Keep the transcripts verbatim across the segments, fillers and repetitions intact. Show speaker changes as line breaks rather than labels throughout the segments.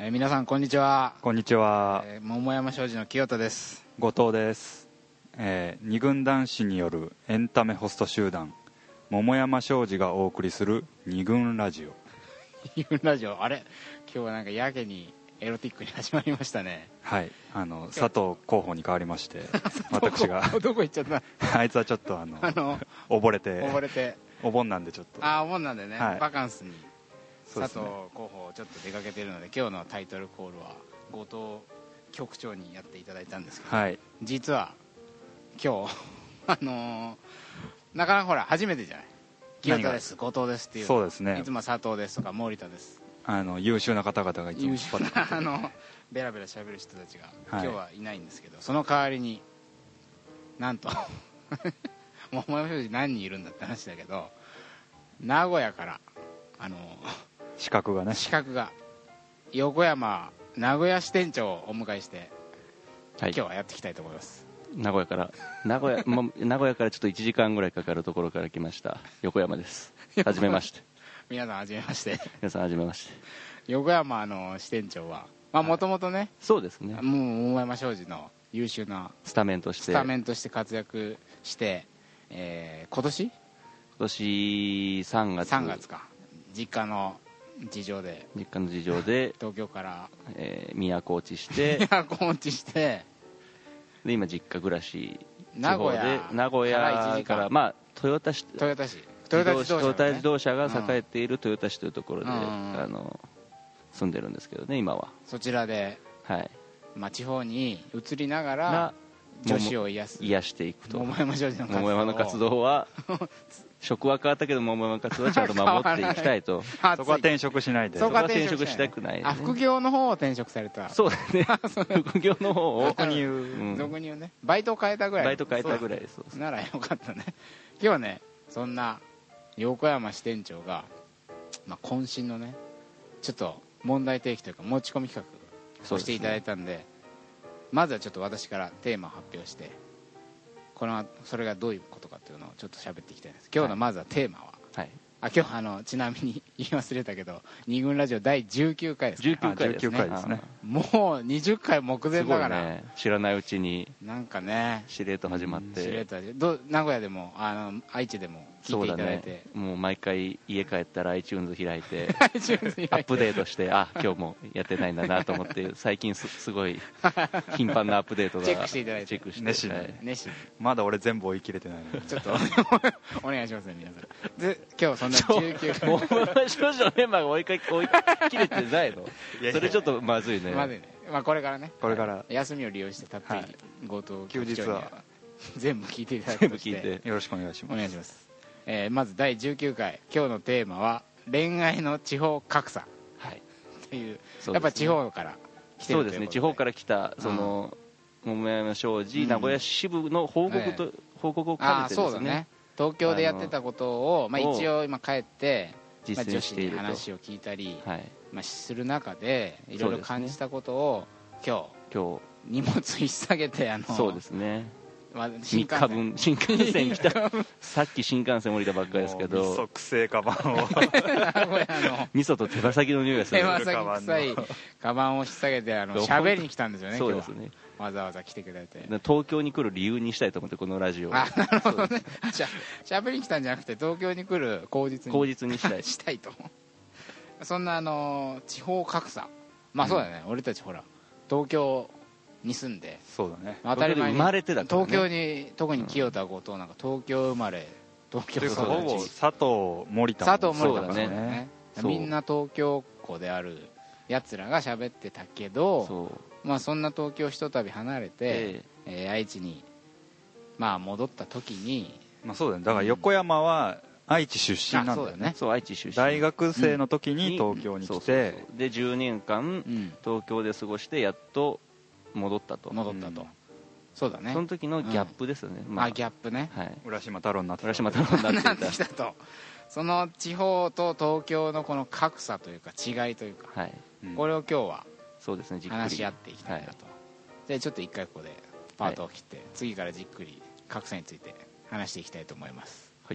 えー、皆さんこんにちは。
こんにちは、
えー、桃山商事の清田です。
後藤です。えー、二軍男子によるエンタメホスト集団桃山商事がお送りする二軍ラジオ。
二軍ラジオ、あれ今日はなんかやけにエロティックに始まりましたね。
はい、あの佐藤候補に代わりまして私が
どこ行っちゃった
あいつはちょっとあの
あの
溺れて
溺れて
お盆なんでちょっと
あお盆なんでね、
はい、
バカンスに
そうですね、
佐藤候補ちょっと出かけているので、今日のタイトルコールは後藤局長にやっていただいたんですけど、
はい、
実は今日あのー、なかなかほら初めてじゃない。清田です、後藤ですっていう。
そうですね、
いつも佐藤ですとか森田です、
あの優秀な方々がいつも
優秀なあのベラベラ喋る人たちが、
はい、
今日はいないんですけど、その代わりになんともうお前も何人いるんだって話だけど、名古屋からあの
資格がね
資格が横山名古屋支店長をお迎えして、はい、今日はやっていきたいと思います。
名古屋から名古屋も名古屋からちょっといちじかんぐらいかかるところから来ました横山です。はじめまして
皆さんはじめまして
皆さんはじめまして。
横山の支店長はもともとね、
そうですね、
もう桃山商事の優秀な
スタメンとして
スタメンとして活躍して、えー、今年今
年さんがつ
さんがつか実家の事情で
実家の事情で
東京から、
えー、都落ちして
都落ちして
で今実家暮らし
名古屋
で名古屋からまあ豊田市
豊田市豊田自動車、ね、
豊田自動車が栄えている豊田市というところで、うん、あの住んでるんですけどね、今は
そちらで、
はい
まあ、地方に移りながら女子を癒す
癒していくと
桃山商事の活動
桃山の活動は職は変わったけど桃山の活動はちゃんと守っていきたいと
そこは転職しないで、
そこは転職したくない、ね、
あ副業の方を転職された。
そうですね副業の方を
俗に言う、うん、俗に言うね、バイトを変えたぐらい
バイト変えたぐらいそうです
ならよかったね。今日はね、そんな横山支店長が、まあ、渾身のねちょっと問題提起というか持ち込み企画をしていただいたん で, でまずはちょっと私からテーマを発表して、このそれがどういうことかというのをちょっと喋っていきたいんです。今日のまずはテーマは、はい、あ今日あのちなみに言い忘れたけど二軍ラジオだいじゅうきゅうかいです、ね、
じゅうきゅうかいですね、
じゅうきゅうかいですね。
もうにじゅっかい目前だから、
ね、知らないうちに
なんかね
しれっと始まって、
しれっとど名古屋でもあの愛知でも聞いていただいて、ね、
もう毎回家帰ったら iTunes 開いてアップデートしてあ今日もやってないんだなと思って最近 す, すごい頻繁なアップデートが
チェックしていただいて
チェックして
熱心に、
はい、
熱心にまだ俺全部追い切れてないの
ちょっとお願いしますね皆さん。で今日そんなじゅうきゅうかい
桃山商事のメンバーが追いか追い切れてないのそれちょっとまずいね。
まずいね、まあ、これからね
これから
休みを利用してたっぷり後藤
休日は
全部聞いていただくとして
全部聞いて
よろしくお願いします。
お願いします。えー、まずだいじゅうきゅうかい今日のテーマは恋愛の地方格差、はい、っていう、やっぱ地方から来てるということで、
そうですね、地方から来たその、うん、桃山商事、うん、名古屋支部の報告と、はい、報告を兼ねてですね、そうだね、
東京でやってたことを、まあ、一応今帰って
実践していると、
まあ、女子に話を聞いたり、
はい、
まあ、する中でいろいろ感じたことを、ね、今日
今日
荷物引っ提げてあの
そうですね、
まあ、
みっかぶん新幹線来たさっき新幹線降りたばっかりですけど
味噌臭いカバンを
味噌と手羽先の匂いがする
手羽先臭いカバンを引っ提げてあの喋りに来たんですよね。
そうですね、
わざわざ来てくれて
東京に来る理由にしたいと思ってこのラジオを。
あなるほどねしゃ喋りに来たんじゃなくて東京に来る口実に
口実にしたい
したいとそんなあの地方格差、まあそうだね、うん、俺たちほら東京に住んで、
そうだね、
当たり前に
生まれてだから、ね、
東京に特に清田後藤なんか東京生まれ東京育ち、
ほぼ佐藤森田
佐藤森田も
そうだ
ね、みんな東京っ子であるやつらが喋ってたけど、そうまあそんな東京ひとたび離れて、えーえー、愛知にまあ戻った時に、
まあそうだね、だから横山は愛知出身なんだよね、
そうだね、
そう愛知出身、
大学生の時に東京に来て、うん、そうそうそう
でじゅうねんかん東京で過ごしてやっと戻ったと
戻ったと、うん、そうだね、
その時のギャップですよね、
うん、まあ、あギャップね、
はい、
浦島太郎になって
浦島太郎になってきた
とその地方と東京のこの格差というか違いというか、はい、これを今日は
そうですね、じっくり
話し合っていきたいなと、はい、じゃあちょっと一回ここでパートを切って、はい、次からじっくり格差について話していきたいと思います。
はい、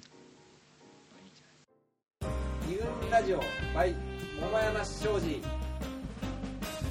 二軍ラジオ by 桃山商事。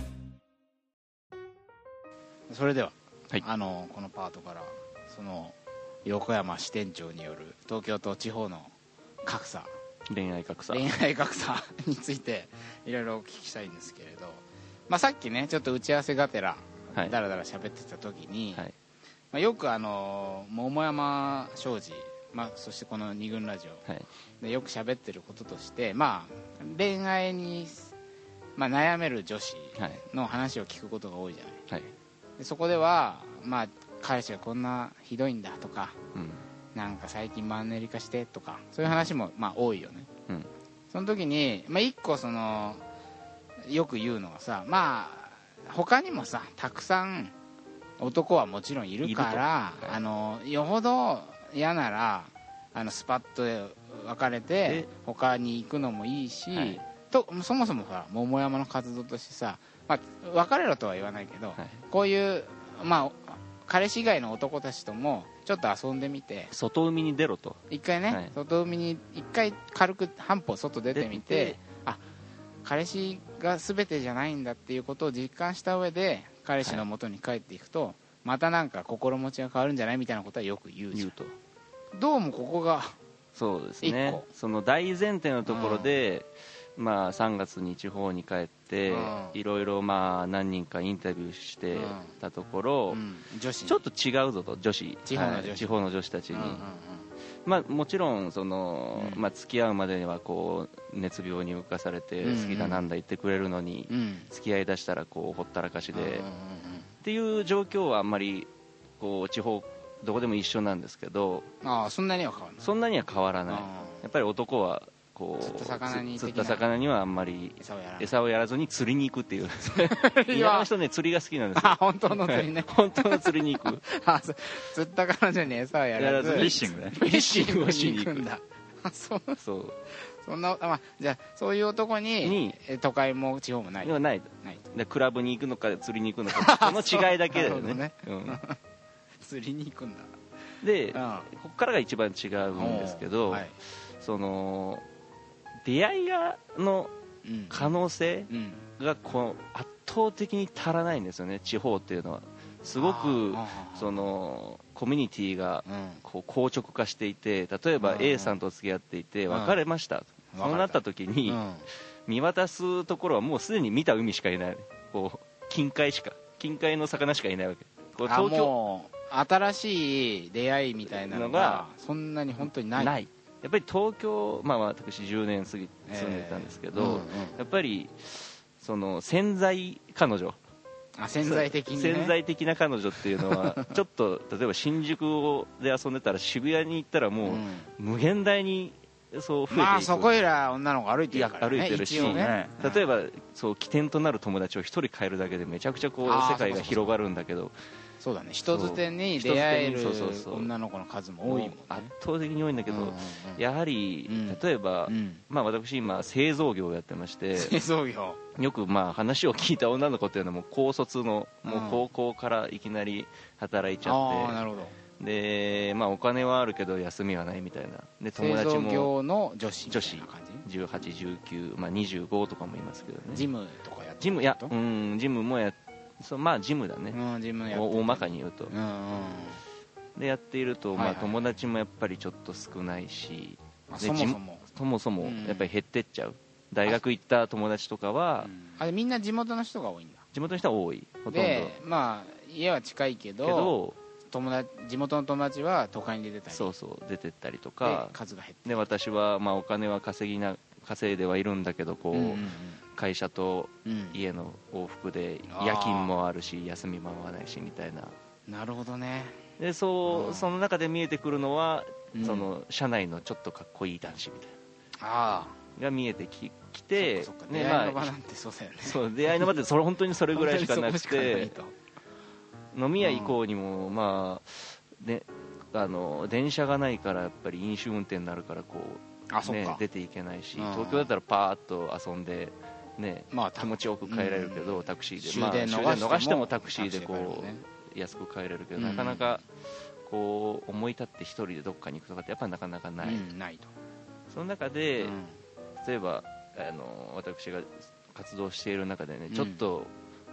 それでは、
はい、
あのこのパートからその横山支店長による東京と地方の格差、
恋愛格差
恋愛格差についていろいろお聞きしたいんですけれど、まあ、さっきねちょっと打ち合わせがてらだらだら喋ってた時に、はい、まあ、よくあの桃山商事、まあ、そしてこの二軍ラジオ、はい、でよく喋ってることとして、まあ、恋愛に、まあ、悩める女子の話を聞くことが多いじゃない、はい、でそこでは、まあ、彼氏がこんなひどいんだとか、うん、なんか最近マンネリ化してとかそういう話もまあ多いよね、うん、その時に、まあ、一個そのよく言うのがさ、まあ他にもさたくさん男はもちろんいるから、はい、あのよほど嫌ならあのスパッと別れて他に行くのもいいし、はい、とそもそもさ桃山の活動としてさ、まあ、別れろとは言わないけど、はい、こういうまあ彼氏以外の男たちともちょっと遊んでみて
外海に出ろと
一回ね、はい、外海に一回軽く半歩外出てみて、あ彼氏が全てじゃないんだっていうことを実感した上で彼氏の元に帰っていくと、はい、またなんか心持ちが変わるんじゃないみたいなことはよく言うじゃん。言うとどうもここが
そうですね、その大前提のところで、うん、まあ、さんがつに地方に帰っていろいろまあ何人かインタビューしてたところ、うんうん、女子ちょっと違うぞと女子地方の女子、はい、地方の女子たちに、うんうんうん、まあ、もちろんその、うん、まあ、付き合うまでにはこう熱病に浮かされて好きだなんだ言ってくれるのに、うんうん、付き合いだしたらこうほったらかしで、うんうんうん、っていう状況はあんまりこう地方どこでも一緒なんですけど、
ああそんなには変わらない、
そんなには変わらない。やっぱり男はこう釣った魚に釣った魚にはあんまり餌をやらずに釣りに行くっていう田舎の人ね釣りが好きなんですよ。
あ本当の釣りね
本当の釣りに行く
あ釣った彼女に餌をやらず
フィッシングね
フィッシングをしに行くんだそう
そう
そんな、まあ、じゃあそういう男にに都会も地方もない
ないないでクラブに行くのか釣りに行くのかその違いだけだよねね、うん、
釣りに行くんだ
で、うん、ここからが一番違うんですけど、はい、その出会いがの可能性がこう圧倒的に足らないんですよね、地方っていうのは。すごくそのコミュニティがこう硬直化していて、例えば A さんと付き合っていて別れました、うん、そうなった時に見渡すところはもうすでに見た海しかいない、こう近海しか近海の魚しかいないわけ。こう東京
新しい出会いみたいなのがそんなに本当にない。
ないやっぱり東京、まあ、私じゅうねん過ぎ住んでたんですけど、えーうんうん、やっぱりその潜在彼女
あ潜在的に、ね、
潜在的な彼女っていうのはちょっと例えば新宿で遊んでたら渋谷に行ったらもう無限大にそう増えていく、
まあそこいら女の子歩いてるからね、
歩いてるし、ね、例えばそう起点となる友達を一人変えるだけでめちゃくちゃこう世界が広がるんだけど、
そうだね、人づてに出会える女の子の数も多いもんね。
圧倒的に多いんだけど、うんうんうん、やはり、うん、例えば、うん、まあ、私今製造業をやってまして、
製造業
よくまあ話を聞いた女の子っていうのも高卒の、うん、もう高校からいきなり働いちゃって、
あ、なるほど。
で、まあ、お金はあるけど休みはないみたいな。で友達も
製造業の女子
女子じゅうはち、じゅうきゅう、まあ、にじゅうごとかもいますけどね。
ジムとかやって
ジム、いや、うん、ジムもやってそう、まあジムだね、
うん、ジムや
大まかに言うと、うんうん、でやっていると、
はいはい、
まあ、友達もやっぱりちょっと少ないし、
まあ、そもそも
そもそもやっぱり減ってっちゃう、うん、大学行った友達とかは、
うん、あれみんな地元の人が多いんだ。
地元の人は多い、ほとんど。
で、まあ、家は近いけど、けど友達地元の友達は都会に出てたり、
そうそう出てったりとか、
数が減って
で私は、まあ、お金は稼ぎな稼いではいるんだけどこう、うんうんうん、会社と家の往復で夜勤もあるし休みも合わないしみたいな。
なるほどね。
でそうその中で見えてくるのは、うん、その社内のちょっとかっこいい男子みたいな
あ
が見えてききて、
そっかそっか、ね、出会いの場なんてそうだよね。
そう出会いの場ってそれ本当にそれぐらいしかなくて飲み屋行こうにも、うん、まあであの電車がないからやっぱり飲酒運転になるからこう
あ、ね、
出ていけないし、東京だったらパーッと遊んで、ね、まあ、気持ちよく帰れるけど、うん、タクシーで、
終電逃しても、まあ、終電逃しても
タクシーでこう安く帰れるけど、うん、なかなかこう思い立って一人でどっかに行くとかってやっぱりなかなかない、
うん、ないと。
その中で、うん、例えばあの私が活動している中でね、ちょっと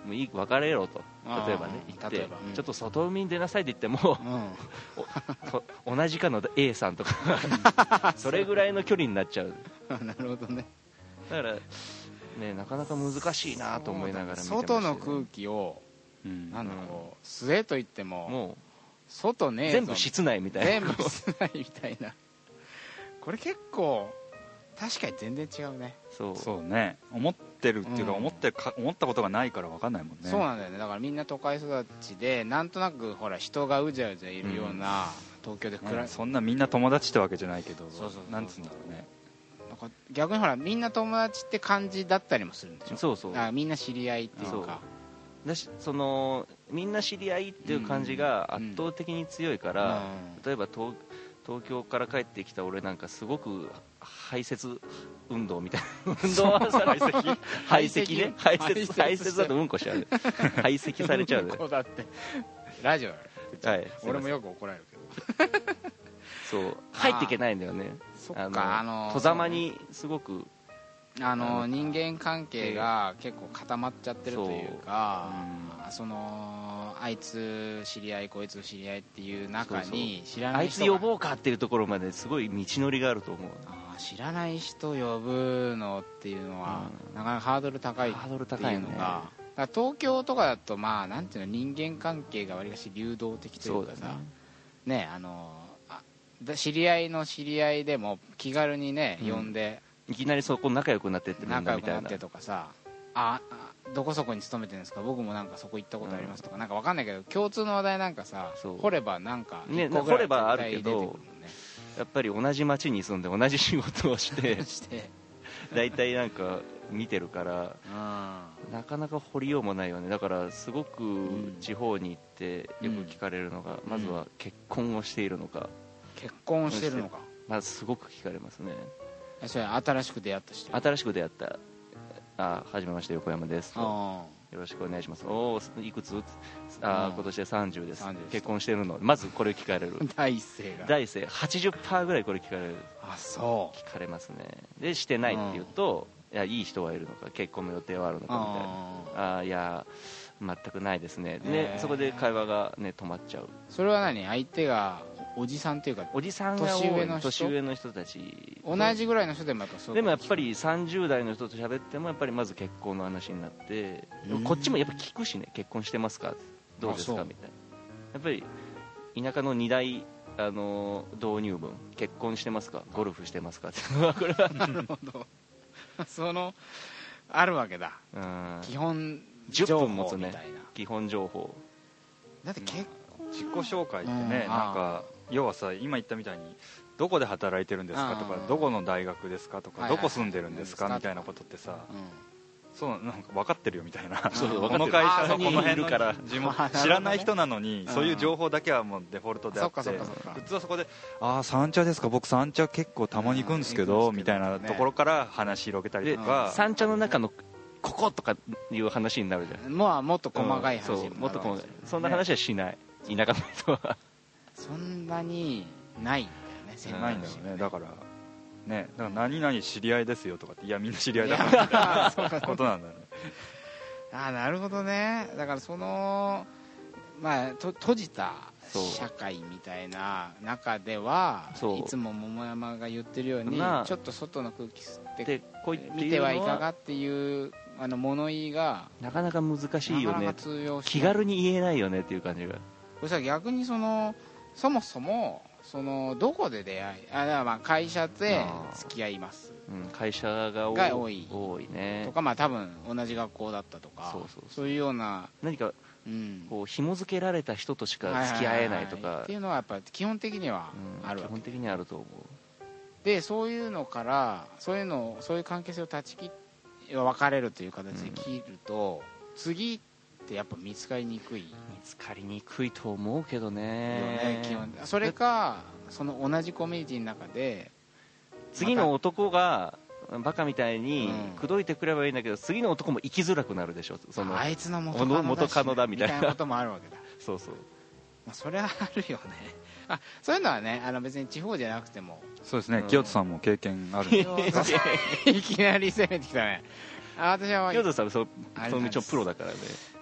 もういい別れろと例えばね言って、うん、ちょっと外海に出なさいって言っても、うん、同じかの A さんとかそれぐらいの距離になっちゃう
なるほどね。
だからねなかなか難しいなと思いながら見てました、ね、
外の空気を、うん、なんだこう吸えと言っても、もう外ねえぞ
全部室内みたいな
全部室内みたいなこれ結構確かに全然違うね。
そうそうね思ってるっていうか、うん、思ってか思ったことがないから分かんないもんね。
そうなんだよね。だからみんな都会育ちでなんとなくほら人がうじゃうじゃいるような、うん、東京で暮ら、
ね、そんなみんな友達ってわけじゃないけど、そうそうそうそうなんつうんだろうね。
なんか逆にほらみんな友達って感じだったりもするんでしょ。
そうそう。
だからみんな知り合いっていうか
だしそのみんな知り合いっていう感じが圧倒的に強いから、うんうん、例えば東東京から帰ってきた俺なんかすごく排泄運動みたいな運動はさ排泄排泄ね排泄排泄だとうんこしちゃう排泄されちゃう
うんこだってラジオ
はい、
俺もよく怒られるけど
そう入っていけないんだよね。
そっかあの
戸ざまにすごく
あの人間関係が結構固まっちゃってるというか、そ, うん、そのあいつ知り合いこいつ知り合いっていう中に知らない人
あいつ呼ぼうかっていうところまですごい道のりがあると思う。
あ知らない人呼ぶのっていうのは、うん、なかなかハードル高いっていうのが、だから東京とかだとまあなんていうの人間関係がわりかし流動的というかさね, ねあのあ知り合いの知り合いでも気軽にね、うん、呼んで
いきなりそこ仲良くなってってみんなみたいな
仲良くなってとかさあどこそこに勤めてるんですか僕もなんかそこ行ったことありますとか、うん、なんか分かんないけど共通の話題なんかさ掘ればなんかいっこぐらい絶対出てくるもんね。
やっぱり同じ町に住んで同じ仕事をしてして大体なんか見てるから、うん、なかなか掘りようもないよね。だからすごく地方に行ってよく聞かれるのが、うん、まずは結婚をしているのか、
結婚をしてるのか
まずすごく聞かれますね。
それ新しく出会った人
新しく出会ったあはじめまして横山ですとよろしくお願いします。おおいくつあ今年でさんじゅうです結婚してるのまずこれ聞かれる
第一声が
第一声 はちじゅっパーセント ぐらいこれ聞かれる。
あそう
聞かれますね。でしてないって言うと、いやいい人はいるのか結婚の予定はあるのかみたいな あ, あいや全くないですね。でそこで会話が、ね、止まっちゃう。
それは何相手がおじさんっていうか
おじさんが多い年上の人年上の人たち
同じぐらいの人でもやっぱそう
でもやっぱりさんじゅう代の人と喋ってもやっぱりまず結婚の話になってこっちもやっぱ聞くしね結婚してますかどうですかみたいな。やっぱり田舎のに大あの導入文結婚してますかゴルフしてますかってこれは
なるほどそのあるわけだ。うん基本情報みたいな、ね、
基本情報
だって結婚
自己紹介ってね、うん、なんか要はさ今言ったみたいにどこで働いてるんですかとかどこの大学ですかとかどこ住んでるんですかみたいなことってさ、うん、そうなんか分かってるよみたいなこの会社のこの辺の地元知らない人なのにそういう情報だけはもうデフォルトであって普通はそこでああ三茶ですか僕三茶結構たまに行くんですけどみたいなところから話広げたりとか
三茶の中のこことかいう話になるじゃん。
もうもっと細かい話になる、
うん、そうもっと細かいそんな話はしない、ね、田舎の人は
そんなにないんだよね。
ないんだよね。だからねだから何々知り合いですよとかっていやみんな知り合いだからみたいなことなんだよね
ああなるほどね。だからそのまあと閉じた社会みたいな中ではいつも桃山が言ってるようにちょっと外の空気吸って見てはいかがっていうあの物言いが
なかなか難しいよね。気軽に言えないよねっていう感じが。
そしたら逆にそのそもそもそのどこで出会いあだからまあ会社で付き合います、
うん、会社が多い
が多い
多いね
とかまあ多分同じ学校だったとかそうそうそうそういうような
何かうん、こう紐付けられた人としか付き合えないとか、はいはいはいはい、
っていうのはやっぱ基本的にはあるわけ、
うん、基本的にあると思う。
でそういうのからそういうのそういう関係性を断ち切って別れるという形で切ると、うん、次ってやっぱ見つかりにくい見
つかりにくいと思うけどね。よね
基本それかその同じコミュニティの中で
次の男がバカみたいに口説いてくればいいんだけど、うん、次の男も生きづらくなるでしょ。その
あいつの元カノだし、元カノだみたいなこともあるわけだ
そうそう、
まあ、それはあるよねあそういうのはねあの別に地方じゃなくても
そうですね、うん、清人さんも経験あるんで
いきなり攻めてきたね。あ私は
清人さんはそうその道のプロだからね。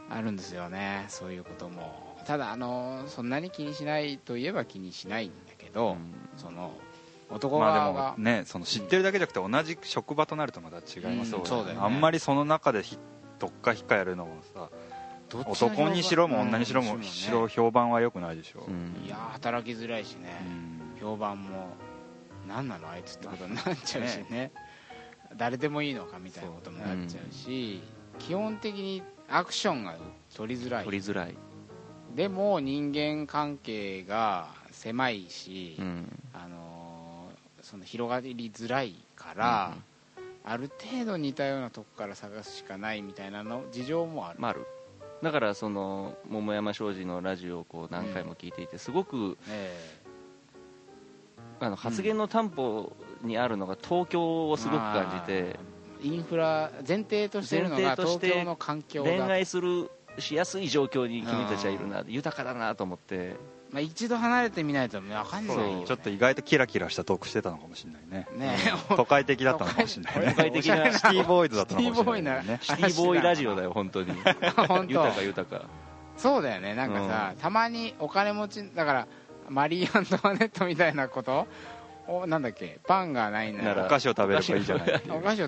あるんですよね、そういうことも。ただあのそんなに気にしないといえば気にしないんだけど、うん、その男側が、
まあ、でもね、その知ってるだけじゃなくて同じ職場となるとまた違いますよね、うん、
そうだよね。
あんまりその中でどっか引っかやるのもさ、男にしろも女にしろも、うん、しろ評判は良くないでしょ、うん、
いや働きづらいしね、うん、評判も何なのあいつってことになっちゃうしねね誰でもいいのかみたいなこともなっちゃうし、うん、基本的にアクションが取りづらい
取りづらい
でも人間関係が狭いし、うん、あのー、その広がりづらいから、うん、ある程度似たようなとこから探すしかないみたいなの事情もある、
まあ、あるだからその桃山商事のラジオをこう何回も聞いていてすごく、えー、あの発言の担保にあるのが東京をすごく感じて、
インフラ前提としているのが東京の環境だ、
恋愛するしやすい状況に君たちはいるな、豊かだなと思って、
まあ、一度離れてみないと分かんないよ、ね、
ちょっと意外とキラキラしたトークしてたのかもしれないねね都会的だったのかもしれないね
都会的な
シティボーイズだったのかもしれないね
シティボーイラジオだよ本当に豊か豊か
そうだよね、なんかさ、うん、たまにお金持ちだからマリー・アントワネットみたいなことおなんだっけパンがないなら
お菓子を食べればいいじゃないっていう
お菓子を